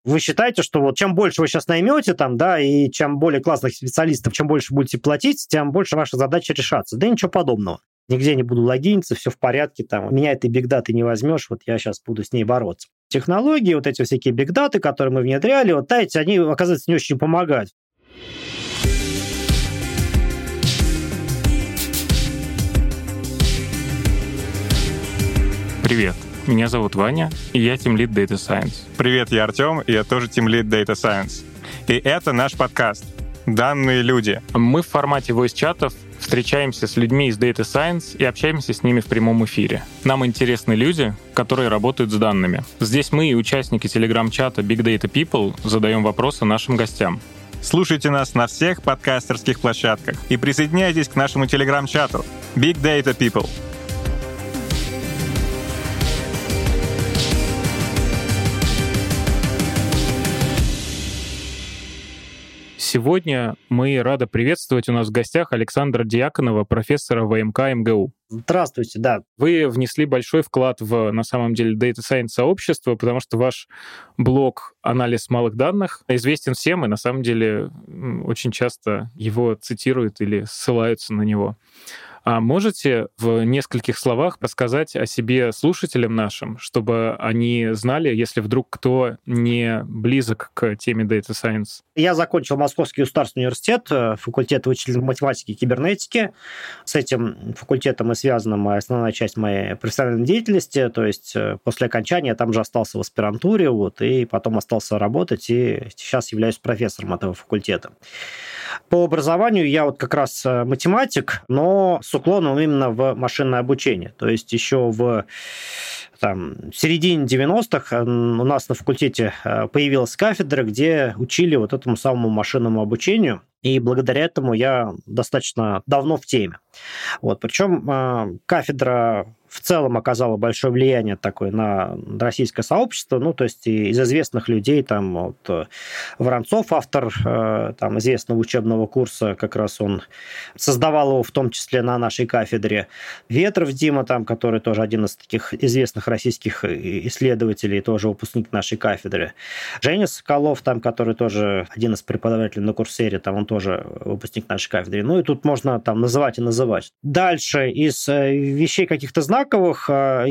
Вы считаете, что вот чем больше вы сейчас наймете там, да, и чем более классных специалистов, чем больше будете платить, тем больше ваша задача решаться. Да ничего подобного. Нигде не буду логиниться, все в порядке, там, меня этой бигдаты не возьмешь, вот я сейчас буду с ней бороться. Технологии, вот эти всякие бигдаты, которые мы внедряли, вот эти, они, оказывается, не очень помогают. Привет, меня зовут Ваня, и я тимлид Data Science. Привет, я Артем, и я тоже тимлид Data Science. И это наш подкаст «Данные люди». Мы в формате voice-чатов встречаемся с людьми из Data Science и общаемся с ними в прямом эфире. Нам интересны люди, которые работают с данными. Здесь мы и участники телеграм-чата Big Data People задаем вопросы нашим гостям. Слушайте нас на всех подкастерских площадках и присоединяйтесь к нашему телеграм-чату Big Data People. Сегодня мы рады приветствовать у нас в гостях Александра Дьяконова, профессора ВМК МГУ. Здравствуйте, да. Вы внесли большой вклад в, на самом деле, Data Science сообщество, потому что ваш блог «Анализ малых данных» известен всем, и на самом деле очень часто его цитируют или ссылаются на него. А можете в нескольких словах рассказать о себе слушателям нашим, чтобы они знали, если вдруг кто не близок к теме Data Science? Я закончил Московский государственный университет, факультет вычислительной математики и кибернетики. С этим факультетом и связана моя основная часть моей профессиональной деятельности. То есть после окончания я там же остался в аспирантуре, и потом остался работать, и сейчас являюсь профессором этого факультета. По образованию я как раз математик, но с уклоном именно в машинное обучение. То есть еще в середине 90-х у нас на факультете появилась кафедра, где учили этому самому машинному обучению. И благодаря этому я достаточно давно в теме. Причем кафедра в целом оказала большое влияние такое на российское сообщество. То есть из известных людей, Воронцов, автор известного учебного курса, как раз он создавал его в том числе на нашей кафедре. Ветров Дима, который тоже один из таких известных российских исследователей, тоже выпускник нашей кафедры. Женя Соколов, который тоже один из преподавателей на Курсере, он тоже выпускник нашей кафедры. И тут можно называть и называть. Дальше из вещей каких-то знаковых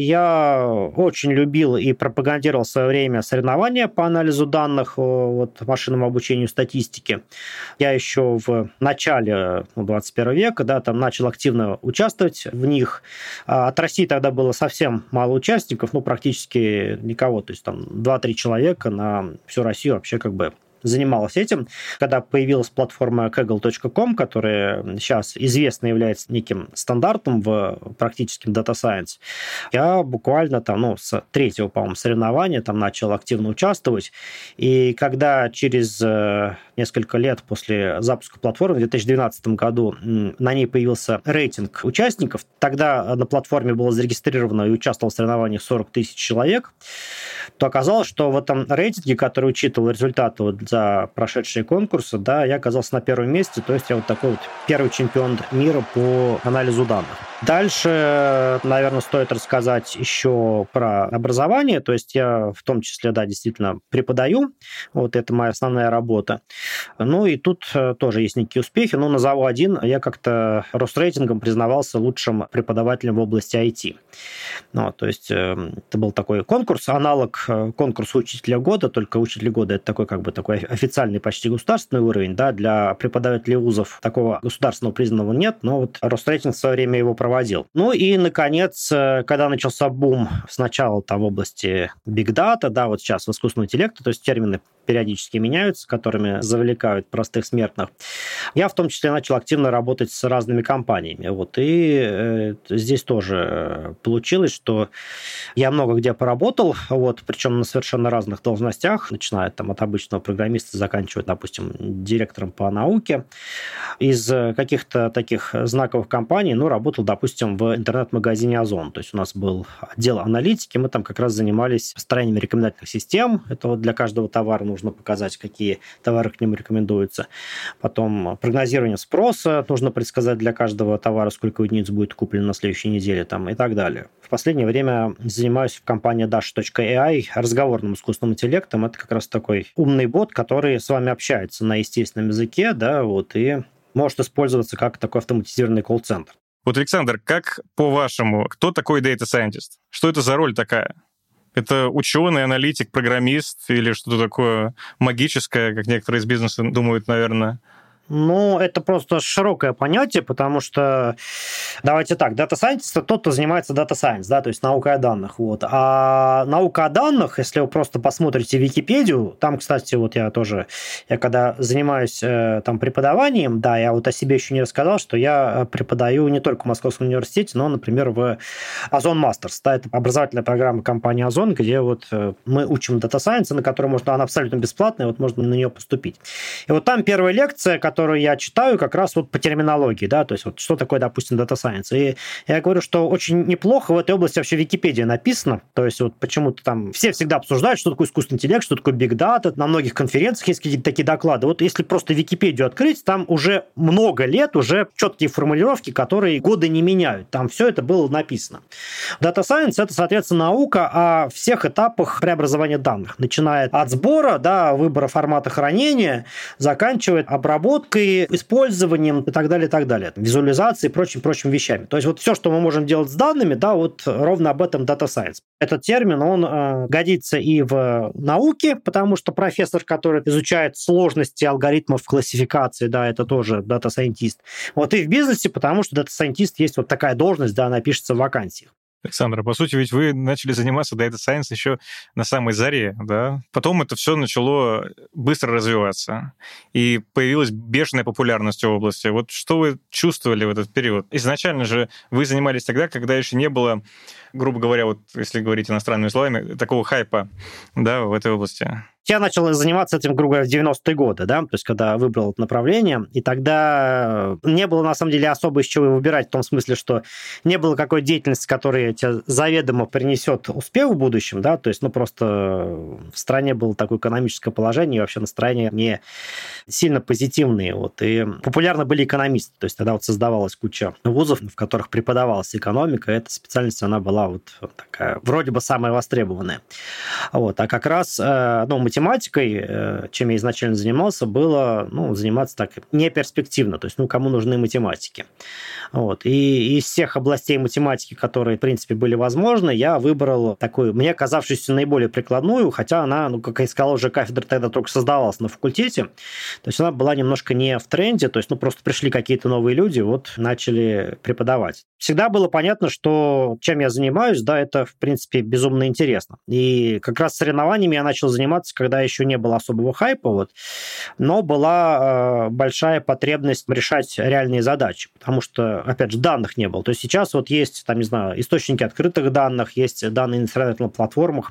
я очень любил и пропагандировал в свое время соревнования по анализу данных, машинному обучению статистики. Я еще в начале 21 века начал активно участвовать в них. От России тогда было совсем мало участников, практически никого. То есть 2-3 человека на всю Россию вообще занималась этим. Когда появилась платформа kaggle.com, которая сейчас известно является неким стандартом в практическом Data Science, я буквально с третьего, по-моему, соревнования начал активно участвовать. И когда через несколько лет после запуска платформы в 2012 году на ней появился рейтинг участников, тогда на платформе было зарегистрировано и участвовало в соревнованиях 40 тысяч человек, то оказалось, что в этом рейтинге, который учитывал результаты за прошедшие конкурсы, я оказался на первом месте, то есть я такой первый чемпион мира по анализу данных. Дальше, наверное, стоит рассказать еще про образование, то есть я в том числе, действительно преподаю, это моя основная работа. И тут тоже есть некие успехи, назову один. Я как-то Росрейтингом признавался лучшим преподавателем в области IT. То есть это был такой конкурс, аналог конкурса учителя года, только учитель года это такой официальный, почти государственный уровень, для преподавателей вузов такого государственного признанного нет, но Росрейтинг в свое время его проводил. И, наконец, когда начался бум сначала в области Big Data, сейчас в искусственном интеллекте, то есть термины периодически меняются, которыми завлекают простых смертных. Я в том числе начал активно работать с разными компаниями. И здесь тоже получилось, что я много где поработал, причем на совершенно разных должностях, начиная от обычного программиста, заканчивая, допустим, директором по науке. Из каких-то таких знаковых компаний, работал, допустим, в интернет-магазине Озон. То есть у нас был отдел аналитики, мы там как раз занимались построением рекомендательных систем. Это для каждого товара нужно показать, какие товары к нему рекомендуются. Потом прогнозирование спроса, нужно предсказать для каждого товара, сколько единиц будет куплено на следующей неделе там, и так далее. В последнее время занимаюсь в компании Dash.ai разговорным искусственным интеллектом. Это как раз такой умный бот, который с вами общается на естественном языке, да, вот, и может использоваться как такой автоматизированный колл-центр. Вот, Александр, как по-вашему, кто такой Data Scientist? Что это за роль такая? Это ученый, аналитик, программист или что-то такое магическое, как некоторые из бизнеса думают, наверное? Ну, это просто широкое понятие, потому что, давайте так, Data Scientist – это тот, кто занимается Data Science, да, то есть наукой о данных. Вот. А наука о данных, если вы просто посмотрите Википедию, там, кстати, вот я когда занимаюсь там преподаванием, да, я вот о себе еще не рассказал, что я преподаю не только в Московском университете, но, например, в Озон Masters, да, это образовательная программа компании Озон, где вот мы учим Data Science, на которую она абсолютно бесплатная, вот можно на нее поступить. И вот там первая лекция, которую я читаю как раз вот по терминологии, да, то есть вот что такое, допустим, Data Science. И я говорю, что очень неплохо в этой области вообще Википедия написана, то есть вот почему-то там все всегда обсуждают, что такое искусственный интеллект, что такое Big Data, на многих конференциях есть какие-то такие доклады. Вот если просто Википедию открыть, там уже много лет, уже четкие формулировки, которые годы не меняют, там все это было написано. Data Science – это, соответственно, наука о всех этапах преобразования данных, начиная от сбора, да, выбора формата хранения, заканчивая обработкой, использованием и так далее, визуализацией и прочими вещами. То есть вот все, что мы можем делать с данными, да, вот ровно об этом Data Science. Этот термин, он годится и в науке, потому что профессор, который изучает сложности алгоритмов классификации, да, это тоже Data Scientist. Вот и в бизнесе, потому что Data Scientist есть вот такая должность, да, она пишется в вакансиях. Александр, по сути, ведь вы начали заниматься Data Science еще на самой заре, да? Потом это все начало быстро развиваться, и появилась бешеная популярность в области. Вот что вы чувствовали в этот период? Изначально же вы занимались тогда, когда еще не было, грубо говоря, вот если говорить иностранными словами, такого хайпа, да, в этой области. Я начал заниматься этим, грубо говоря, в 90-е годы, да, то есть когда выбрал это направление, и тогда не было, на самом деле, особо из чего выбирать, в том смысле, что не было какой деятельности, которая тебе заведомо принесет успех в будущем, да, то есть, ну, просто в стране было такое экономическое положение, и вообще настроения не сильно позитивные, вот, и популярны были экономисты, то есть тогда вот создавалась куча вузов, в которых преподавалась экономика, и эта специальность, она была вот такая, вроде бы самая востребованная, вот, а как раз, ну, математикой, чем я изначально занимался, было, ну, заниматься так неперспективно, то есть, ну, кому нужны математики. Вот. И из всех областей математики, которые, в принципе, были возможны, я выбрал такую, мне казавшуюся наиболее прикладную, хотя она, ну, как я сказал, уже кафедра тогда только создавалась на факультете, то есть она была немножко не в тренде, то есть, ну, просто пришли какие-то новые люди, вот, начали преподавать. Всегда было понятно, что чем я занимаюсь, да, это, в принципе, безумно интересно. И как раз соревнованиями я начал заниматься, когда еще не было особого хайпа, вот, но была большая потребность решать реальные задачи, потому что, опять же, данных не было. То есть сейчас вот есть, там, не знаю, источники открытых данных, есть данные на интернетных платформах.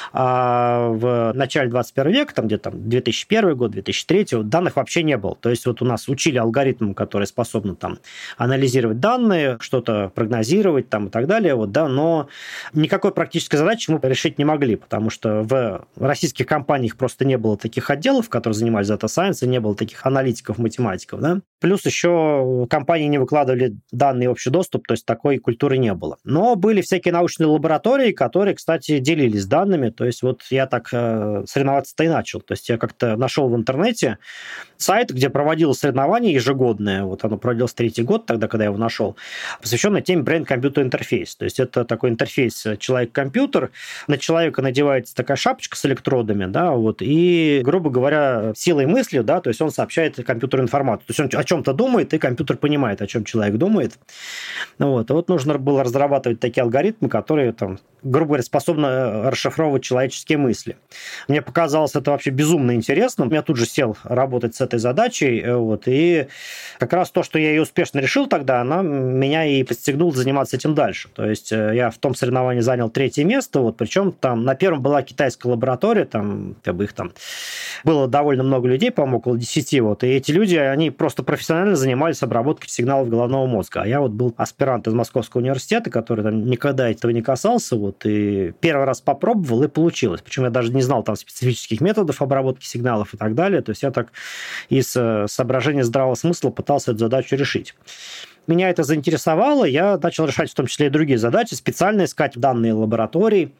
А в начале 21 века, там где-то 2001 год, 2003, вот, данных вообще не было. То есть вот у нас учили алгоритмам, которые способны там анализировать данные, что-то прогнозировать там и так далее, вот, да, но никакой практической задачи мы решить не могли, потому что в российских компаниях просто не было таких отделов, которые занимались Data Science, и не было таких аналитиков, математиков, да. Плюс еще компании не выкладывали данные в общий доступ, то есть такой культуры не было. Но были всякие научные лаборатории, которые, кстати, делились данными, то есть вот я так соревноваться-то и начал. То есть я как-то нашел в интернете сайт, где проводилось соревнование ежегодное, вот оно проводилось 3-й год, тогда, когда я его нашел, посвященное теме Brain-Computer Interface. То есть это такой интерфейс человек-компьютер, на человека надевается такая шапочка с электродами, да, вот, и, грубо говоря, силой мысли, да, то есть он сообщает компьютеру информацию. То есть он о чем-то думает, и компьютер понимает, о чем человек думает. Вот. И вот нужно было разрабатывать такие алгоритмы, которые, там, грубо говоря, способны расшифровывать человеческие мысли. Мне показалось это вообще безумно интересно. Я тут же сел работать с этой задачей, вот, и как раз то, что я ее успешно решил тогда, она меня и подстегнула заниматься этим дальше. То есть я в том соревновании занял 3-е место, вот, причем там на первом была китайская лаборатория, там как бы их там было довольно много людей, по-моему, около 10, вот, и эти люди, они просто профессионально занимались обработкой сигналов головного мозга. А я вот был аспирант из Московского университета, который там никогда этого не касался, вот, и первый раз попробовал, и получилось. Причем я даже не знал там специфических методов обработки сигналов и так далее. То есть я так из соображения здравого смысла пытался эту задачу решить. Меня это заинтересовало, я начал решать в том числе и другие задачи, специально искать данные лабораторий,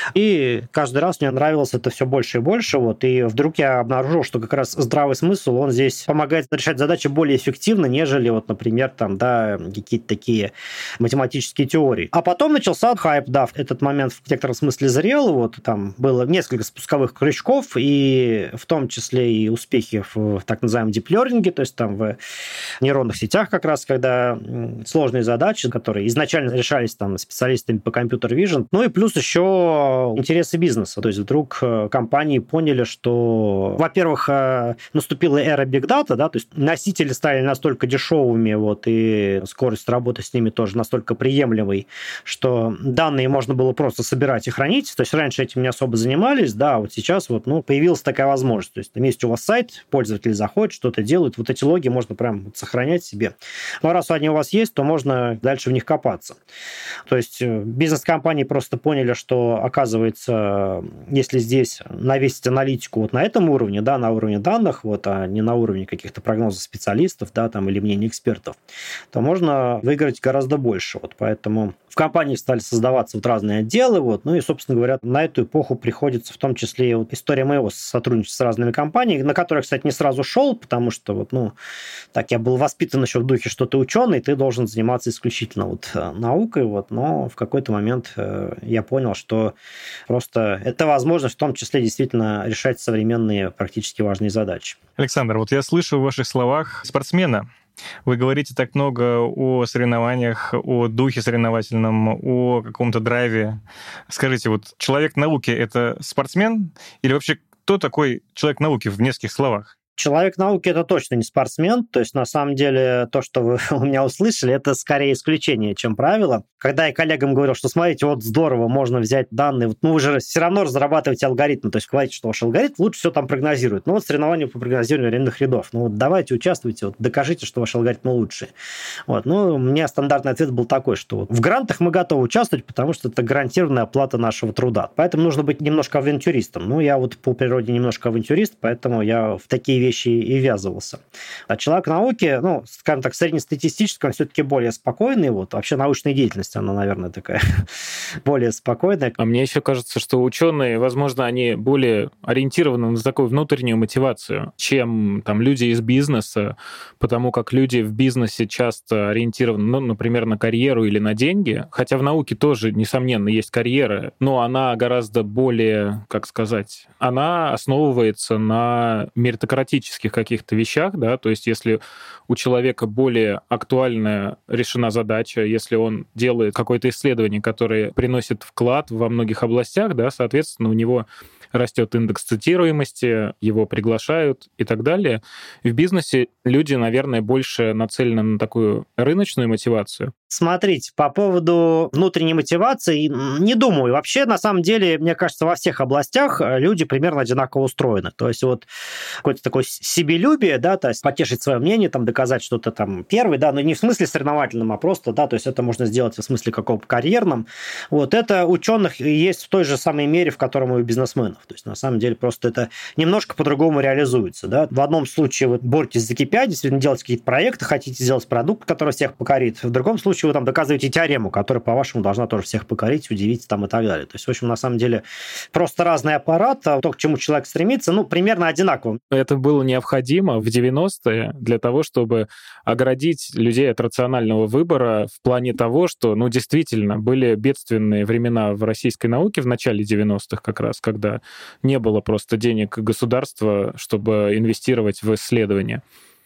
и каждый раз мне нравилось это все больше и больше, вот, и вдруг я обнаружил, что как раз здравый смысл, он здесь помогает решать задачи более эффективно, нежели, вот, например, там, да, какие-то такие математические теории. А потом начался хайп, да, в этот момент в некотором смысле зрел, вот, там было несколько спусковых крючков, и в том числе и успехи в так называемом deep learning, то есть там в нейронных сетях как раз, когда сложные задачи, которые изначально решались там специалистами по компьютер vision. Ну и плюс еще интересы бизнеса. То есть вдруг компании поняли, что, во-первых, наступила эра big data, да, то есть носители стали настолько дешевыми, вот, и скорость работы с ними тоже настолько приемлемой, что данные можно было просто собирать и хранить. То есть раньше этим не особо занимались, да, а вот сейчас вот, ну, появилась такая возможность. То есть там есть у вас сайт, пользователи заходят, что-то делают, вот эти логи можно прям сохранять себе. Но раз они у вас есть, то можно дальше в них копаться. То есть бизнес-компании просто поняли, что, оказывается, если здесь навесить аналитику вот на этом уровне, да, на уровне данных, вот, а не на уровне каких-то прогнозов специалистов, да, там, или мнений экспертов, то можно выиграть гораздо больше. Вот, поэтому в компании стали создаваться вот разные отделы, вот, ну и, собственно говоря, на эту эпоху приходится в том числе и вот история моего сотрудничества с разными компаниями, на которые, кстати, не сразу шел, потому что вот, ну, так я был воспитан еще в духе, что ты ученый, ты должен заниматься исключительно вот наукой, вот, но в какой-то момент я понял, что просто это возможность в том числе действительно решать современные практически важные задачи. Александр, вот я слышу в ваших словах спортсмена. Вы говорите так много о соревнованиях, о духе соревновательном, о каком-то драйве. Скажите, вот человек науки — это спортсмен? Или вообще кто такой человек науки в нескольких словах? Человек науки – это точно не спортсмен. То есть, на самом деле, то, что вы у меня услышали, это скорее исключение, чем правило. Когда я коллегам говорил, что, смотрите, вот здорово, можно взять данные, вот, ну, вы же все равно разрабатываете алгоритмы, то есть говорите, что ваш алгоритм лучше все там прогнозирует. Ну, вот соревнования по прогнозированию арендных рядов. Ну, вот давайте, участвуйте, вот, докажите, что ваш алгоритм лучший. Вот. Ну, у меня стандартный ответ был такой, что вот в грантах мы готовы участвовать, потому что это гарантированная оплата нашего труда. Поэтому нужно быть немножко авантюристом. Ну, я вот по природе немножко авантюрист, поэтому я в такие вещи и ввязывался. А человек науки, ну, скажем так, среднестатистически, он все-таки более спокойный. Вот. Вообще научная деятельность, она, наверное, такая более спокойная. А мне еще кажется, что ученые, возможно, они более ориентированы на такую внутреннюю мотивацию, чем там люди из бизнеса, потому как люди в бизнесе часто ориентированы, ну, например, на карьеру или на деньги, хотя в науке тоже, несомненно, есть карьера, но она гораздо более, как сказать, она основывается на меритократических каких-то вещах, да, то есть если у человека более актуальная решена задача, если он делает какое-то исследование, которое приносит вклад во многих областях, да, соответственно, у него растет индекс цитируемости, его приглашают и так далее. В бизнесе люди, наверное, больше нацелены на такую рыночную мотивацию. Смотрите, по поводу внутренней мотивации, не думаю. Вообще, на самом деле, мне кажется, во всех областях люди примерно одинаково устроены. То есть вот какое-то такое себелюбие, да, то есть потешить свое мнение, там, доказать что-то там первый, да, но не в смысле соревновательном, а просто, да, то есть это можно сделать в смысле какого-то карьерном. Вот это ученых есть в той же самой мере, в котором и у бизнесменов. То есть на самом деле просто это немножко по-другому реализуется, да. В одном случае вы боретесь за KPI, действительно делаете какие-то проекты, хотите сделать продукт, который всех покорит. В другом случае вы там доказываете теорему, которая, по-вашему, должна тоже всех покорить, удивить там и так далее. То есть, в общем, на самом деле просто разный аппарат, а то, к чему человек стремится, ну, примерно одинаково. Это было необходимо в 90-е для того, чтобы оградить людей от рационального выбора в плане того, что, ну, действительно, были бедственные времена в российской науке в начале 90-х как раз, когда не было просто денег государства, чтобы инвестировать в исследования.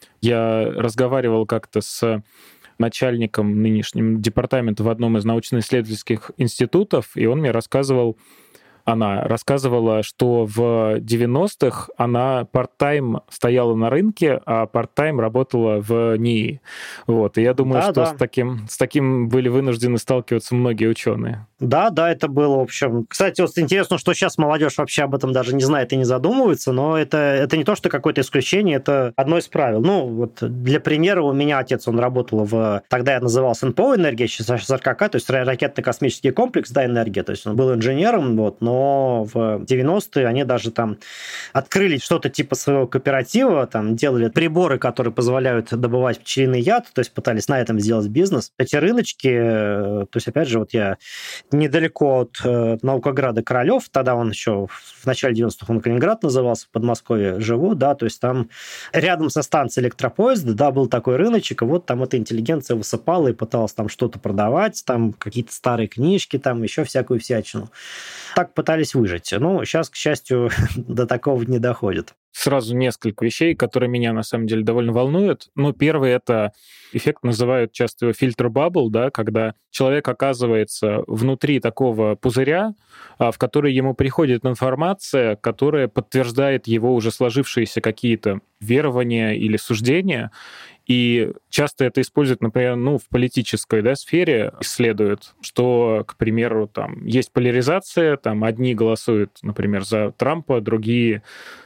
Я разговаривал как-то с начальником нынешним департамента в одном из научно-исследовательских институтов, и он мне рассказывал она рассказывала, что в 90-х она part-time стояла на рынке, а part-time работала в НИИ. Вот. И я думаю, что с таким были вынуждены сталкиваться многие ученые. Да, это было, в общем... Кстати, вот интересно, что сейчас молодежь вообще об этом даже не знает и не задумывается, но это не то, что какое-то исключение, это одно из правил. Ну, вот для примера, у меня отец, он работал тогда я назывался НПО «Энергия», сейчас РКК, то есть ракетно-космический комплекс, да, «Энергия», то есть он был инженером, вот, но в 90-е они даже там открыли что-то типа своего кооператива, там делали приборы, которые позволяют добывать пчелиный яд, то есть пытались на этом сделать бизнес. Эти рыночки, то есть, опять же, вот я недалеко от Наукограда Королёв, тогда он еще в начале 90-х, он Калининград назывался, в Подмосковье живу, да, то есть там рядом со станцией электропоезда, да, был такой рыночек, и вот там эта интеллигенция высыпала и пыталась там что-то продавать, там какие-то старые книжки, там еще всякую всячину. Так пытались выжить. Ну, сейчас, к счастью, до такого не доходит. Сразу несколько вещей, которые меня на самом деле довольно волнуют. Ну, первый — это эффект, называют часто его фильтр бабл, да, когда человек оказывается внутри такого пузыря, в который ему приходит информация, которая подтверждает его уже сложившиеся какие-то верования или суждения. И часто это используют, например, в политической, да, сфере, исследуют, что, к примеру, там есть поляризация, там одни голосуют, например, за Трампа, другие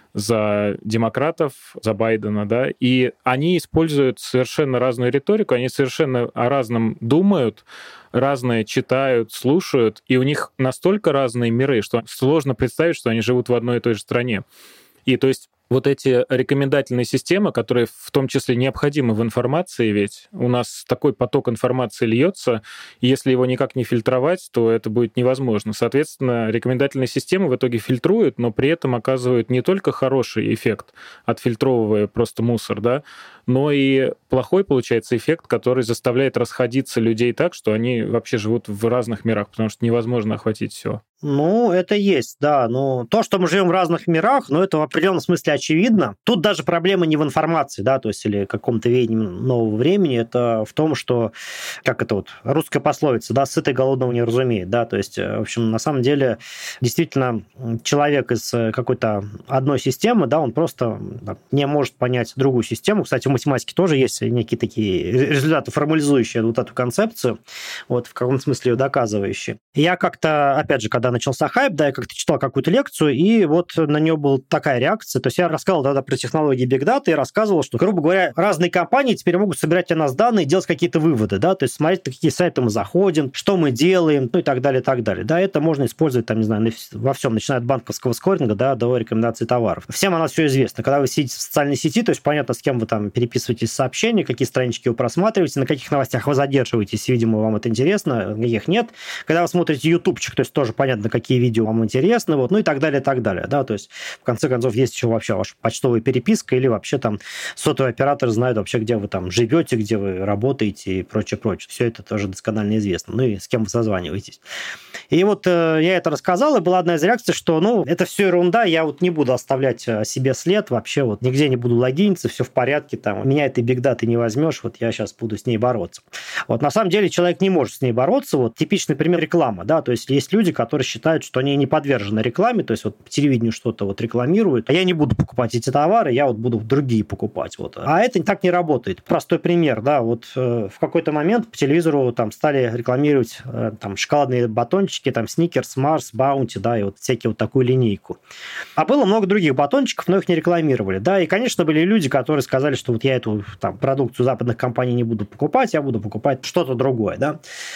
за демократов, за Байдена, да, и они используют совершенно разную риторику, они совершенно о разном думают, разное читают, слушают, и у них настолько разные миры, что сложно представить, что они живут в одной и той же стране. И то есть вот эти рекомендательные системы, которые в том числе необходимы в информации, ведь у нас такой поток информации льется, и если его никак не фильтровать, то это будет невозможно. Соответственно, рекомендательные системы в итоге фильтруют, но при этом оказывают не только хороший эффект, отфильтровывая просто мусор, да, но и плохой, получается, эффект, который заставляет расходиться людей так, что они вообще живут в разных мирах, потому что невозможно охватить все. Ну, это есть, да. Но то, что мы живем в разных мирах, это в определенном смысле очевидно. Тут даже проблема не в информации, да, то есть или каком-то веянии нового времени, это в том, что, как это вот, русская пословица, да, сытый голодного не разумеет, да, то есть, в общем, на самом деле, действительно, человек из какой-то одной системы, да, он просто не может понять другую систему. Кстати, в математике тоже есть некие такие результаты, формализующие вот эту концепцию, вот, в каком смысле ее доказывающие. Я как-то, опять же, когда начался хайп, да, я как-то читал какую-то лекцию, и вот на нее была такая реакция. То есть я рассказывал тогда про технологии Big Data и рассказывал, что, грубо говоря, разные компании теперь могут собирать о нас данные и делать какие-то выводы, да, то есть смотреть, на какие сайты мы заходим, что мы делаем, и так далее, и так далее. Да, это можно использовать, там, не знаю, во всем, начиная от банковского скоринга, да, до рекомендаций товаров. Всем о нас все известно. Когда вы сидите в социальной сети, то есть понятно, с кем вы там переписываетесь сообщения, какие странички вы просматриваете, на каких новостях вы задерживаетесь, видимо, вам это интересно, каких нет. Когда вы смотрите ютубчик, то есть тоже понятно, какие видео вам интересны, вот, и так далее, да, то есть, в конце концов, есть еще вообще ваша почтовая переписка или вообще там сотовый оператор знает вообще, где вы там живете, где вы работаете и прочее. Все это тоже досконально известно, и с кем вы созваниваетесь. И вот я это рассказал, и была одна из реакций, что, это все ерунда, я вот не буду оставлять себе след, вообще вот нигде не буду логиниться, все в порядке, там, меня этой бигдаты не возьмешь, вот я сейчас буду с ней бороться. Вот на самом деле человек не может с ней бороться, вот типичный пример реклама, да, то есть есть люди, которые считают, что они не подвержены рекламе, то есть вот по телевидению что-то вот рекламируют, а я не буду покупать эти товары, я вот буду другие покупать, вот. А это так не работает. Простой пример, да, вот в какой-то момент по телевизору там стали рекламировать там шоколадные батончики, там Сникерс, Марс, Баунти, да, и вот всякие вот такую линейку. А было много других батончиков, но их не рекламировали, да, и, конечно, были люди, которые сказали, что вот я эту там продукцию западных компаний не буду покупать, я буду покупать что-то другое, да.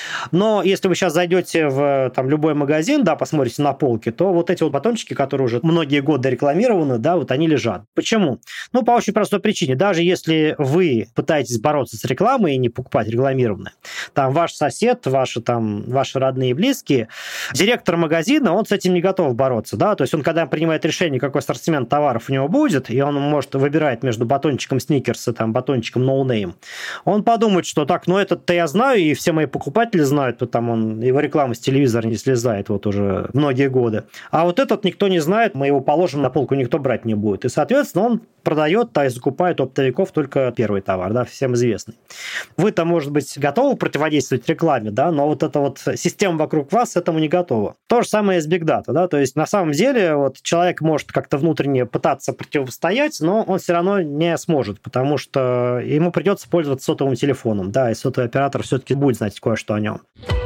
Но если вы сейчас зайдете в там любой магазин, да, посмотрите на полке, то вот эти вот батончики, которые уже многие годы рекламированы, да, вот они лежат. Почему? По очень простой причине. Даже если вы пытаетесь бороться с рекламой и не покупать рекламированное, там ваш сосед, ваши родные и близкие, директор магазина, он с этим не готов бороться, да, то есть он, когда принимает решение, какой ассортимент товаров у него будет, и он может выбирать между батончиком Сникерса, там, батончиком No Name, он подумает, что так, этот-то я знаю, и все мои покупатели знают, то там его реклама с телевизора не слезает вот уже уже многие годы. А вот этот никто не знает, мы его положим на полку, никто брать не будет. И, соответственно, он продает, то есть закупает у оптовиков только первый товар, да, всем известный. Вы-то, может быть, готовы противодействовать рекламе, да, но вот эта вот система вокруг вас этому не готова. То же самое и с Big Data, да, то есть на самом деле вот человек может как-то внутренне пытаться противостоять, но он все равно не сможет, потому что ему придется пользоваться сотовым телефоном, да, и сотовый оператор все-таки будет знать кое-что о нем.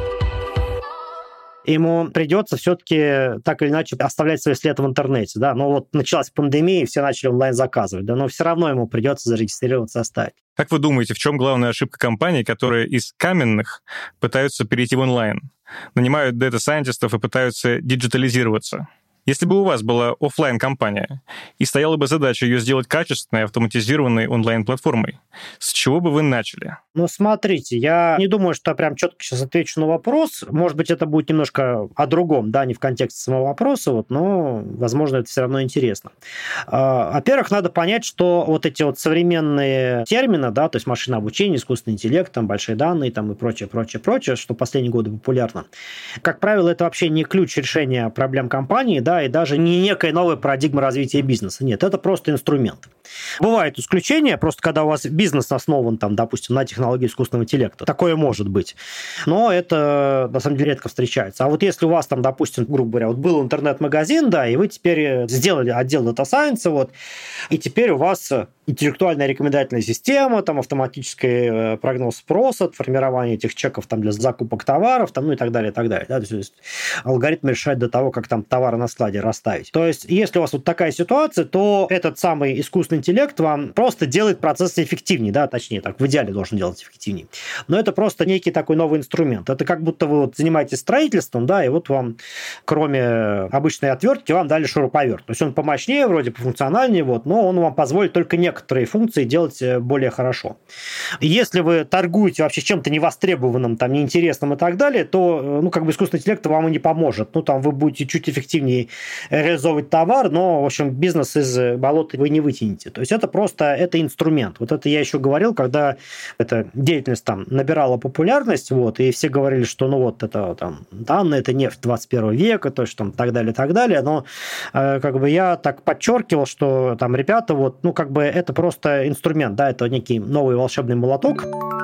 Ему придется все-таки так или иначе оставлять свой след в интернете, да, но вот началась пандемия, и все начали онлайн заказывать, да, но все равно ему придется зарегистрироваться, оставить. Как вы думаете, в чем главная ошибка компаний, которые из каменных пытаются перейти в онлайн, нанимают дата-сайентистов и пытаются диджитализироваться? Если бы у вас была офлайн-компания и стояла бы задача ее сделать качественной, автоматизированной онлайн-платформой, с чего бы вы начали? Ну, смотрите, я не думаю, что я прям четко сейчас отвечу на вопрос. Может быть, это будет немножко о другом, да, не в контексте самого вопроса, вот, но, возможно, это все равно интересно. Во-первых, надо понять, что вот эти вот современные термины, да, то есть машинное обучение, искусственный интеллект, там, большие данные там, и прочее, что в последние годы популярно. Как правило, это вообще не ключ решения проблем компании, да, и даже не некая новая парадигма развития бизнеса. Нет, это просто инструмент. Бывают исключения, просто когда у вас бизнес основан, там, допустим, на технологии искусственного интеллекта. Такое может быть. Но это, на самом деле, редко встречается. А вот если у вас там, допустим, грубо говоря, вот был интернет-магазин, да, и вы теперь сделали отдел Data Science, вот, и теперь у вас интеллектуальная рекомендательная система, там, автоматический прогноз спроса, формирование этих чеков там, для закупок товаров, там, ну и так далее, и так далее. Да? То есть алгоритм решает до того, как там товары на складе расставить. То есть если у вас вот такая ситуация, то этот самый искусственный интеллект вам просто делает процесс эффективнее, да, точнее, так, в идеале должен делать эффективнее. Но это просто некий такой новый инструмент. Это как будто вы вот занимаетесь строительством, да, и вот вам, кроме обычной отвертки, вам дали шуруповерт. То есть он помощнее, вроде пофункциональнее, вот, но он вам позволит только некоторые функции делать более хорошо. Если вы торгуете вообще чем-то невостребованным, там, неинтересным и так далее, то, ну, как бы искусственный интеллект вам и не поможет. Ну, там вы будете чуть эффективнее реализовывать товар, но, в общем, бизнес из болота вы не вытянете. То есть это просто это инструмент. Вот это я еще говорил, когда эта деятельность там набирала популярность, вот, и все говорили, что, ну, вот это там данные, это нефть 21 века, то есть там так далее, но как бы я так подчеркивал, что там ребята, вот, ну, как бы это просто инструмент, да, это некий новый волшебный молоток,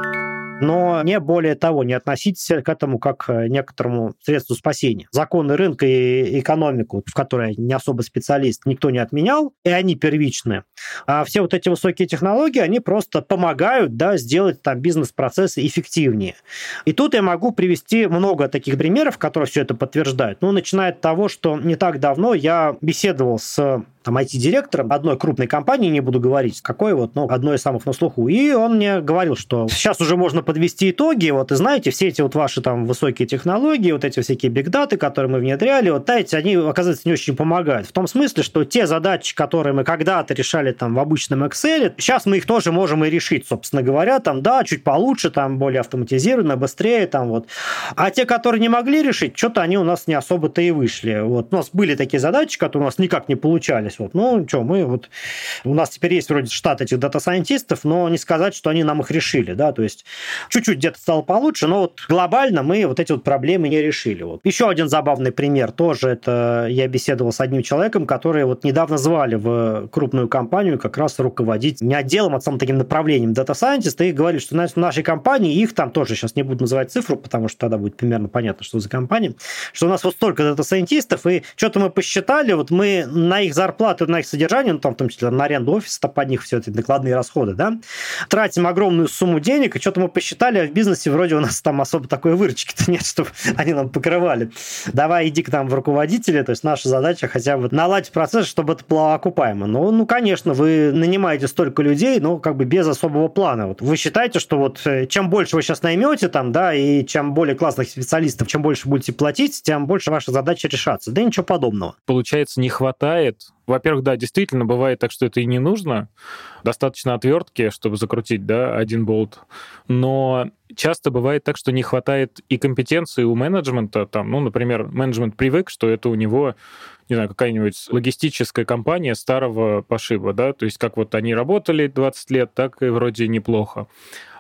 но не более того, не относитесь к этому как к некоторому средству спасения. Законы рынка и экономику, в которой я не особо специалист, никто не отменял, и они первичны. А все вот эти высокие технологии, они просто помогают, да, сделать там бизнес-процессы эффективнее. И тут я могу привести много таких примеров, которые все это подтверждают. Ну, начиная от того, что не так давно я беседовал с там IT-директором одной крупной компании, не буду говорить, какой вот, но одной из самых на слуху. И он мне говорил, что сейчас уже можно подвести итоги, вот, и знаете, все эти вот ваши там высокие технологии, вот эти всякие бигдаты, которые мы внедряли, вот эти, они, оказывается, не очень помогают. В том смысле, что те задачи, которые мы когда-то решали там в обычном Excel, сейчас мы их тоже можем и решить, собственно говоря, там, да, чуть получше, там, более автоматизированно, быстрее, там, вот. А те, которые не могли решить, что-то они у нас не особо-то и вышли. Вот. У нас были такие задачи, которые у нас никак не получались. Вот. Ну, что, мы вот... У нас теперь есть вроде штат этих дата-сайентистов, но не сказать, что они нам их решили, да, то есть чуть-чуть где-то стало получше, но вот глобально мы вот эти вот проблемы не решили. Вот. Еще один забавный пример тоже, это я беседовал с одним человеком, который вот недавно звали в крупную компанию как раз руководить не отделом, а самым таким направлением дата-сайентиста, и говорили, что в нашей компании, их там тоже сейчас не буду называть цифру, потому что тогда будет примерно понятно, что за компания, что у нас вот столько дата-сайентистов, и что-то мы посчитали, вот мы на их зарплату, на их содержание, ну, там, в том числе на аренду офиса, под них все это накладные расходы, да, тратим огромную сумму денег, и что-то мы посчитали, а в бизнесе вроде у нас там особо такой выручки-то нет, чтобы они нам покрывали. Давай иди к нам в руководители, то есть наша задача хотя бы наладить процесс, чтобы это было окупаемо. Ну, конечно, вы нанимаете столько людей, но как бы без особого плана. Вот вы считаете, что вот чем больше вы сейчас наймете там, да, и чем более классных специалистов, чем больше будете платить, тем больше ваша задача решаться. Да ничего подобного. Получается, не хватает. Во-первых, да, действительно, бывает так, что это и не нужно. Достаточно отвертки, чтобы закрутить, да, один болт. Но часто бывает так, что не хватает и компетенции у менеджмента. Там, ну, например, менеджмент привык, что это у него, не знаю, какая-нибудь логистическая компания старого пошиба, да, то есть как вот они работали 20 лет, так и вроде неплохо.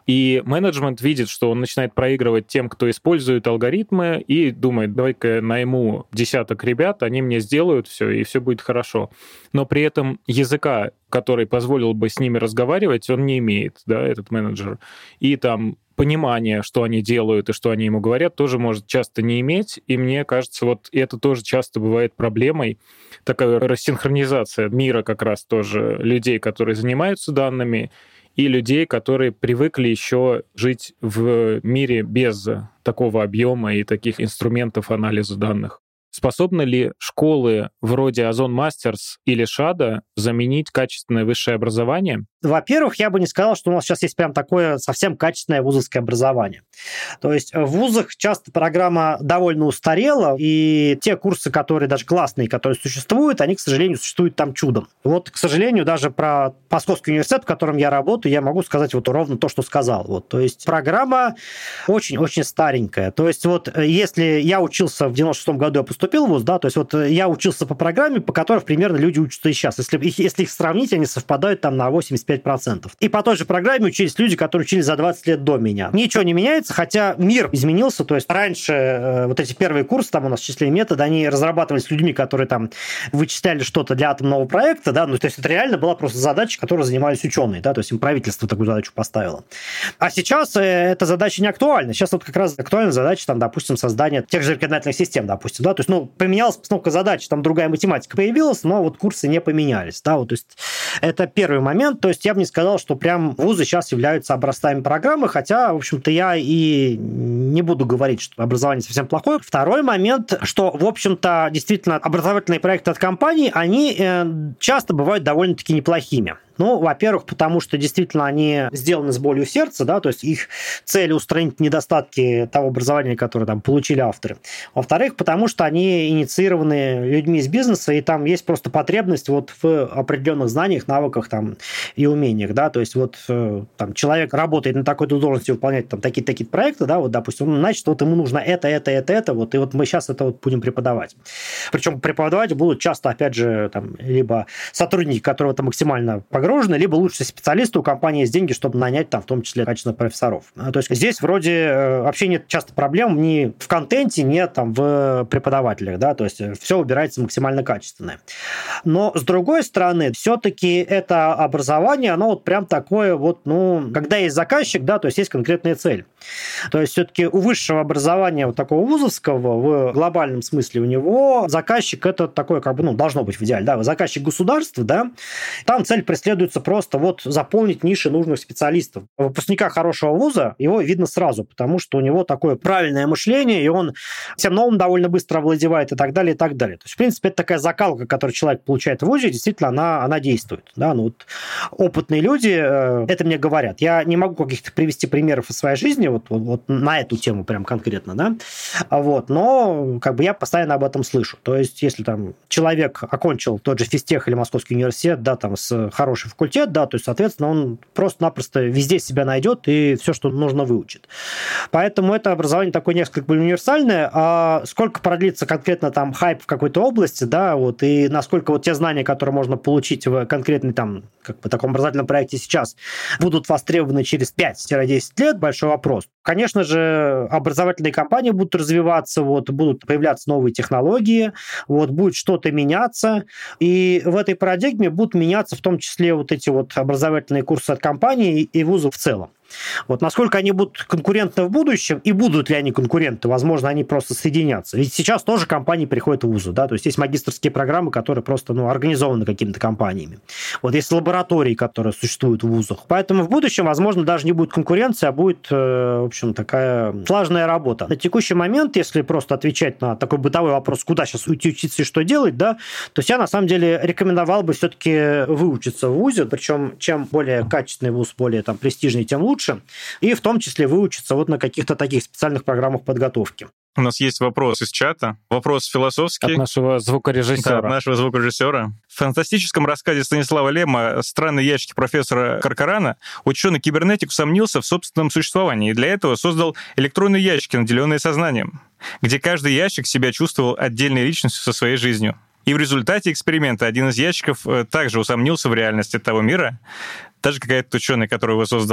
И менеджмент видит, что он начинает проигрывать тем, кто использует алгоритмы, и думает, давай-ка найму десяток ребят, они мне сделают все, и все будет хорошо. Но при этом языка, который позволил бы с ними разговаривать, он не имеет, да, этот менеджер. И там понимание, что они делают и что они ему говорят, тоже может часто не иметь. И мне кажется, вот это тоже часто бывает проблемой. Такая рассинхронизация мира как раз тоже людей, которые занимаются данными, и людей, которые привыкли еще жить в мире без такого объема и таких инструментов анализа данных. Способны ли школы вроде Озон Мастерс или ШАДа заменить качественное высшее образование? Во-первых, я бы не сказал, что у нас сейчас есть прям такое совсем качественное вузовское образование. То есть в вузах часто программа довольно устарела, и те курсы, которые даже классные, которые существуют, они, к сожалению, существуют там чудом. Вот, к сожалению, даже про Московский университет, в котором я работаю, я могу сказать вот ровно то, что сказал. Вот, то есть программа очень-очень старенькая. То есть вот если я учился в 96-м году, я поступил в вуз, да, то есть вот я учился по программе, по которой примерно люди учатся и сейчас. Если их сравнить, они совпадают там на 85%. И по той же программе учились люди, которые учились за 20 лет до меня. Ничего не меняется, хотя мир изменился. То есть раньше вот эти первые курсы, там у нас численные методы, они разрабатывались людьми, которые там вычисляли что-то для атомного проекта, да, ну то есть это реально была просто задача, которой занимались ученые, да, то есть им правительство такую задачу поставило. А сейчас эта задача не актуальна. Сейчас вот как раз актуальна задача, там, допустим, создания тех же рекомендательных систем, допустим, да, то есть, ну, поменялась постановка задач, там другая математика появилась, но вот курсы не поменялись, да, вот, то есть это первый момент, то есть я бы не сказал, что прям вузы сейчас являются образцами программы, хотя, в общем-то, я и не буду говорить, что образование совсем плохое. Второй момент, что, в общем-то, действительно, образовательные проекты от компаний, они часто бывают довольно-таки неплохими. Ну, во-первых, потому что действительно они сделаны с болью в сердце, да, то есть их цель устранить недостатки того образования, которое там получили авторы. Во-вторых, потому что они инициированы людьми из бизнеса, и там есть просто потребность вот в определенных знаниях, навыках там и умениях, да, то есть вот там человек работает на такой-то должности, выполняет там такие-то проекты, да, вот, допустим, значит, вот ему нужно это, вот, и вот мы сейчас это вот будем преподавать. Причем преподавать будут часто, опять же, там, либо сотрудники, которые это максимально погружены, либо лучше специалисты, у компании есть деньги, чтобы нанять там в том числе качественных профессоров. То есть здесь вроде вообще нет часто проблем ни в контенте, ни там в преподавателях, да, то есть все убирается максимально качественное. Но с другой стороны, все-таки это образование, оно вот прям такое вот, ну, когда есть заказчик, да, то есть есть конкретная цель. То есть все-таки у высшего образования вот такого вузовского в глобальном смысле у него заказчик это такое как бы, ну, должно быть в идеале, да, заказчик государства, да, там цель преследуется просто вот заполнить ниши нужных специалистов. Выпускника хорошего вуза, его видно сразу, потому что у него такое правильное мышление, и он всем новым довольно быстро овладевает и так далее, и так далее. То есть, в принципе, это такая закалка, которую человек получает в вузе, действительно, она действует. Да? Ну, вот опытные люди это мне говорят. Я не могу каких-то привести примеров из своей жизни вот на эту тему прям конкретно, да, вот, но как бы я постоянно об этом слышу. То есть, если там человек окончил тот же физтех или Московский университет, да, там с хороший факультет, да, то есть, соответственно, он просто-напросто везде себя найдет и все, что нужно, выучит. Поэтому это образование такое несколько универсальное, а сколько продлится конкретно там хайп в какой-то области, да, вот, и насколько вот те знания, которые можно получить в конкретной там, как бы, таком образовательном проекте сейчас, будут востребованы через 5-10 лет, большой вопрос. Конечно же, образовательные компании будут развиваться, вот, будут появляться новые технологии, вот, будет что-то меняться, и в этой парадигме будут меняться в том числе вот эти вот образовательные курсы от компаний и вузов в целом. Вот насколько они будут конкурентны в будущем, и будут ли они конкуренты, возможно, они просто соединятся. Ведь сейчас тоже компании приходят в вузы, да, то есть есть магистерские программы, которые просто, ну, организованы какими-то компаниями. Вот есть лаборатории, которые существуют в вузах. Поэтому в будущем, возможно, даже не будет конкуренции, а будет, в общем, такая слаженная работа. На текущий момент, если просто отвечать на такой бытовой вопрос, куда сейчас уйти учиться и что делать, да, то есть я, на самом деле, рекомендовал бы все-таки выучиться в вузе, причем чем более качественный вуз, более там престижный, тем лучше, и в том числе выучиться вот на каких-то таких специальных программах подготовки. У нас есть вопрос из чата. Вопрос философский. От нашего звукорежиссера. Да, от нашего звукорежиссера. В фантастическом рассказе Станислава Лема «Странные ящики профессора Каркарана» ученый-кибернетик усомнился в собственном существовании и для этого создал электронные ящики, наделенные сознанием, где каждый ящик себя чувствовал отдельной личностью со своей жизнью. И в результате эксперимента один из ящиков также усомнился в реальности того мира, даже как этот ученый, который его создал.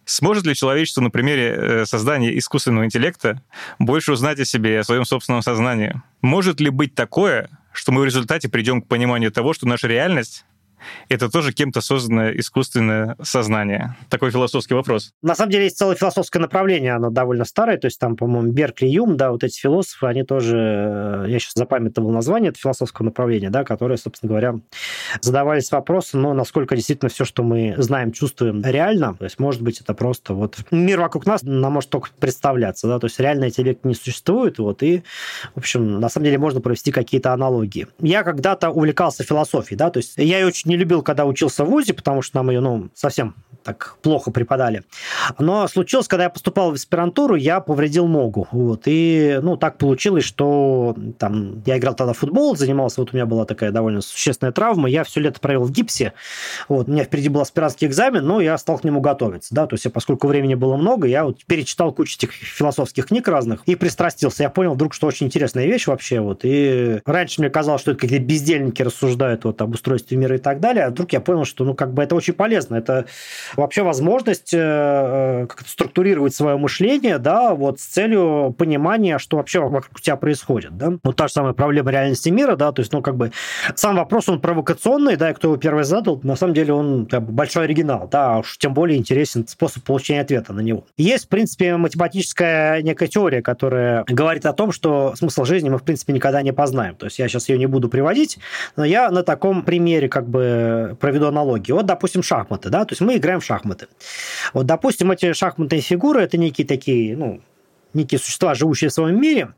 Сможет ли человечество на примере создания искусственного интеллекта больше узнать о себе и о своем собственном сознании? Может ли быть такое, что мы в результате придем к пониманию того, что наша реальность — это тоже кем-то созданное искусственное сознание? Такой философский вопрос. На самом деле есть целое философское направление, оно довольно старое, то есть там, по-моему, Беркли, Юм, да, вот эти философы, они тоже, я сейчас запамятовал название этого философского направления, да, которые, собственно говоря, задавались вопросом, ну, насколько действительно все, что мы знаем, чувствуем, реально, то есть, может быть, это просто вот мир вокруг нас нам может только представляться, да, то есть реально эти объекты не существуют, вот, и, в общем, на самом деле можно провести какие-то аналогии. Я когда-то увлекался философией, да, то есть я ее очень не любил, когда учился в ВУЗе, потому что нам ее, ну, совсем так плохо преподали. Но случилось, когда я поступал в аспирантуру, я повредил ногу. Вот, и, ну, так получилось, что там я играл тогда в футбол, занимался, вот у меня была такая довольно существенная травма, я все лето провел в гипсе, вот, у меня впереди был аспирантский экзамен, но я стал к нему готовиться, да, то есть поскольку времени было много, я вот перечитал кучу этих философских книг разных и пристрастился. Я понял вдруг, что очень интересная вещь вообще, вот, и раньше мне казалось, что это какие-то бездельники рассуждают вот об устройстве мира и так далее, а вдруг я понял, что, ну, как бы это очень полезно, это вообще возможность как-то структурировать свое мышление, да, вот с целью понимания, что вообще вокруг тебя происходит, да. Вот та же самая проблема реальности мира, да, то есть, ну, как бы сам вопрос, он провокационный, да, и кто его первый задал, на самом деле он как бы большой оригинал, да, уж тем более интересен способ получения ответа на него. Есть, в принципе, математическая некая теория, которая говорит о том, что смысл жизни мы, в принципе, никогда не познаем. То есть я сейчас ее не буду приводить, но я на таком примере как бы проведу аналогию. Вот, допустим, шахматы, да, то есть мы играем в шахматы. Вот, допустим, эти шахматные фигуры, это некие такие, ну, некие существа, живущие в своем мире,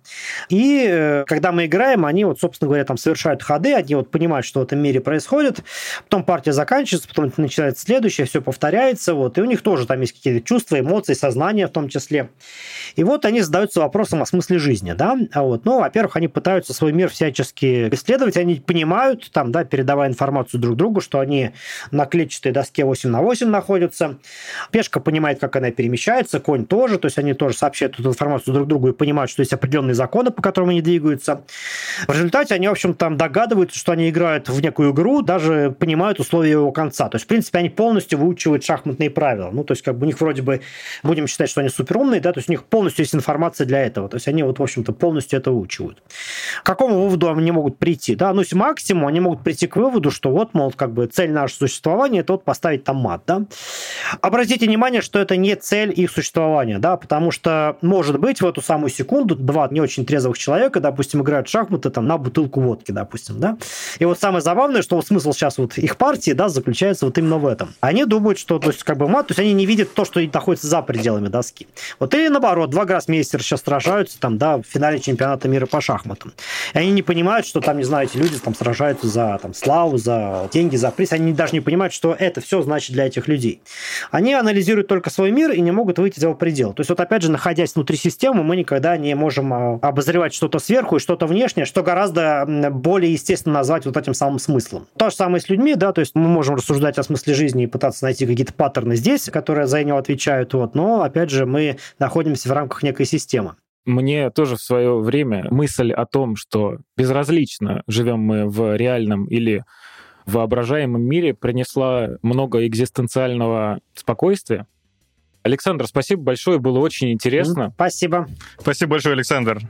и когда мы играем, они, вот, собственно говоря, там совершают ходы, они вот понимают, что в этом мире происходит, потом партия заканчивается, потом начинается следующая, все повторяется, вот, и у них тоже там есть какие-то чувства, эмоции, сознание в том числе. И вот они задаются вопросом о смысле жизни, да, вот, ну, во-первых, они пытаются свой мир всячески исследовать, они понимают, там, да, передавая информацию друг другу, что они на клетчатой доске 8/8 находятся, пешка понимает, как она перемещается, конь тоже, то есть они тоже сообщают эту информацию друг другу и понимают, что есть определенные законы, по которым они двигаются. В результате они, в общем, там догадываются, что они играют в некую игру, даже понимают условия его конца. То есть, в принципе, они полностью выучивают шахматные правила. Ну, то есть, как бы у них вроде бы, будем считать, что они суперумные, да, то есть у них полностью есть информация для этого. То есть они вот, в общем-то, полностью это выучивают. К какому выводу они могут прийти? Да, ну, максимум они могут прийти к выводу, что вот, мол, как бы цель нашего существования – это вот поставить там мат, да. Обратите внимание, что это не цель их существования, да, потому что, может быть, в эту самую секунду два не очень трезвых человека, допустим, играют в шахматы там на бутылку водки, допустим, да. И вот самое забавное, что вот смысл сейчас вот их партии, да, заключается вот именно в этом. Они думают, что, то есть, как бы мат, то есть они не видят то, что находится за пределами доски. Вот или наоборот, два гроссмейстера сейчас сражаются там, да, в финале чемпионата мира по шахматам. И они не понимают, что там, не знаю, эти люди там сражаются за там славу, за деньги, за приз. Они даже не понимают, что это все значит для этих людей. Они анализируют только свой мир и не могут выйти за его предел. То есть вот опять же, находясь внутри системы, мы никогда не можем обозревать что-то сверху и что-то внешнее, что гораздо более естественно назвать вот этим самым смыслом. То же самое с людьми, да, то есть мы можем рассуждать о смысле жизни и пытаться найти какие-то паттерны здесь, которые за него отвечают, вот, но, опять же, мы находимся в рамках некой системы. Мне тоже в свое время мысль о том, что безразлично, живем мы в реальном или в воображаемом мире, принесла много экзистенциального спокойствия. Александр, спасибо большое, было очень интересно. Спасибо. Спасибо большое, Александр.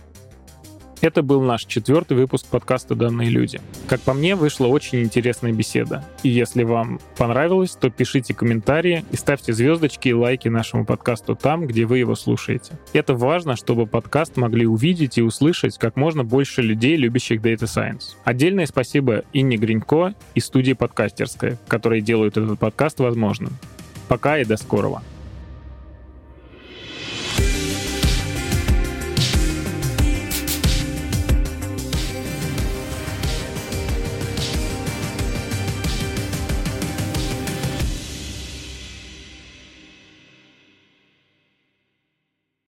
Это был наш 4-й выпуск подкаста «Данные люди». Как по мне, вышла очень интересная беседа. И если вам понравилось, то пишите комментарии и ставьте звездочки и лайки нашему подкасту там, где вы его слушаете. Это важно, чтобы подкаст могли увидеть и услышать как можно больше людей, любящих Data Science. Отдельное спасибо Инне Гринько и студии «Подкастерская», которые делают этот подкаст возможным. Пока и до скорого.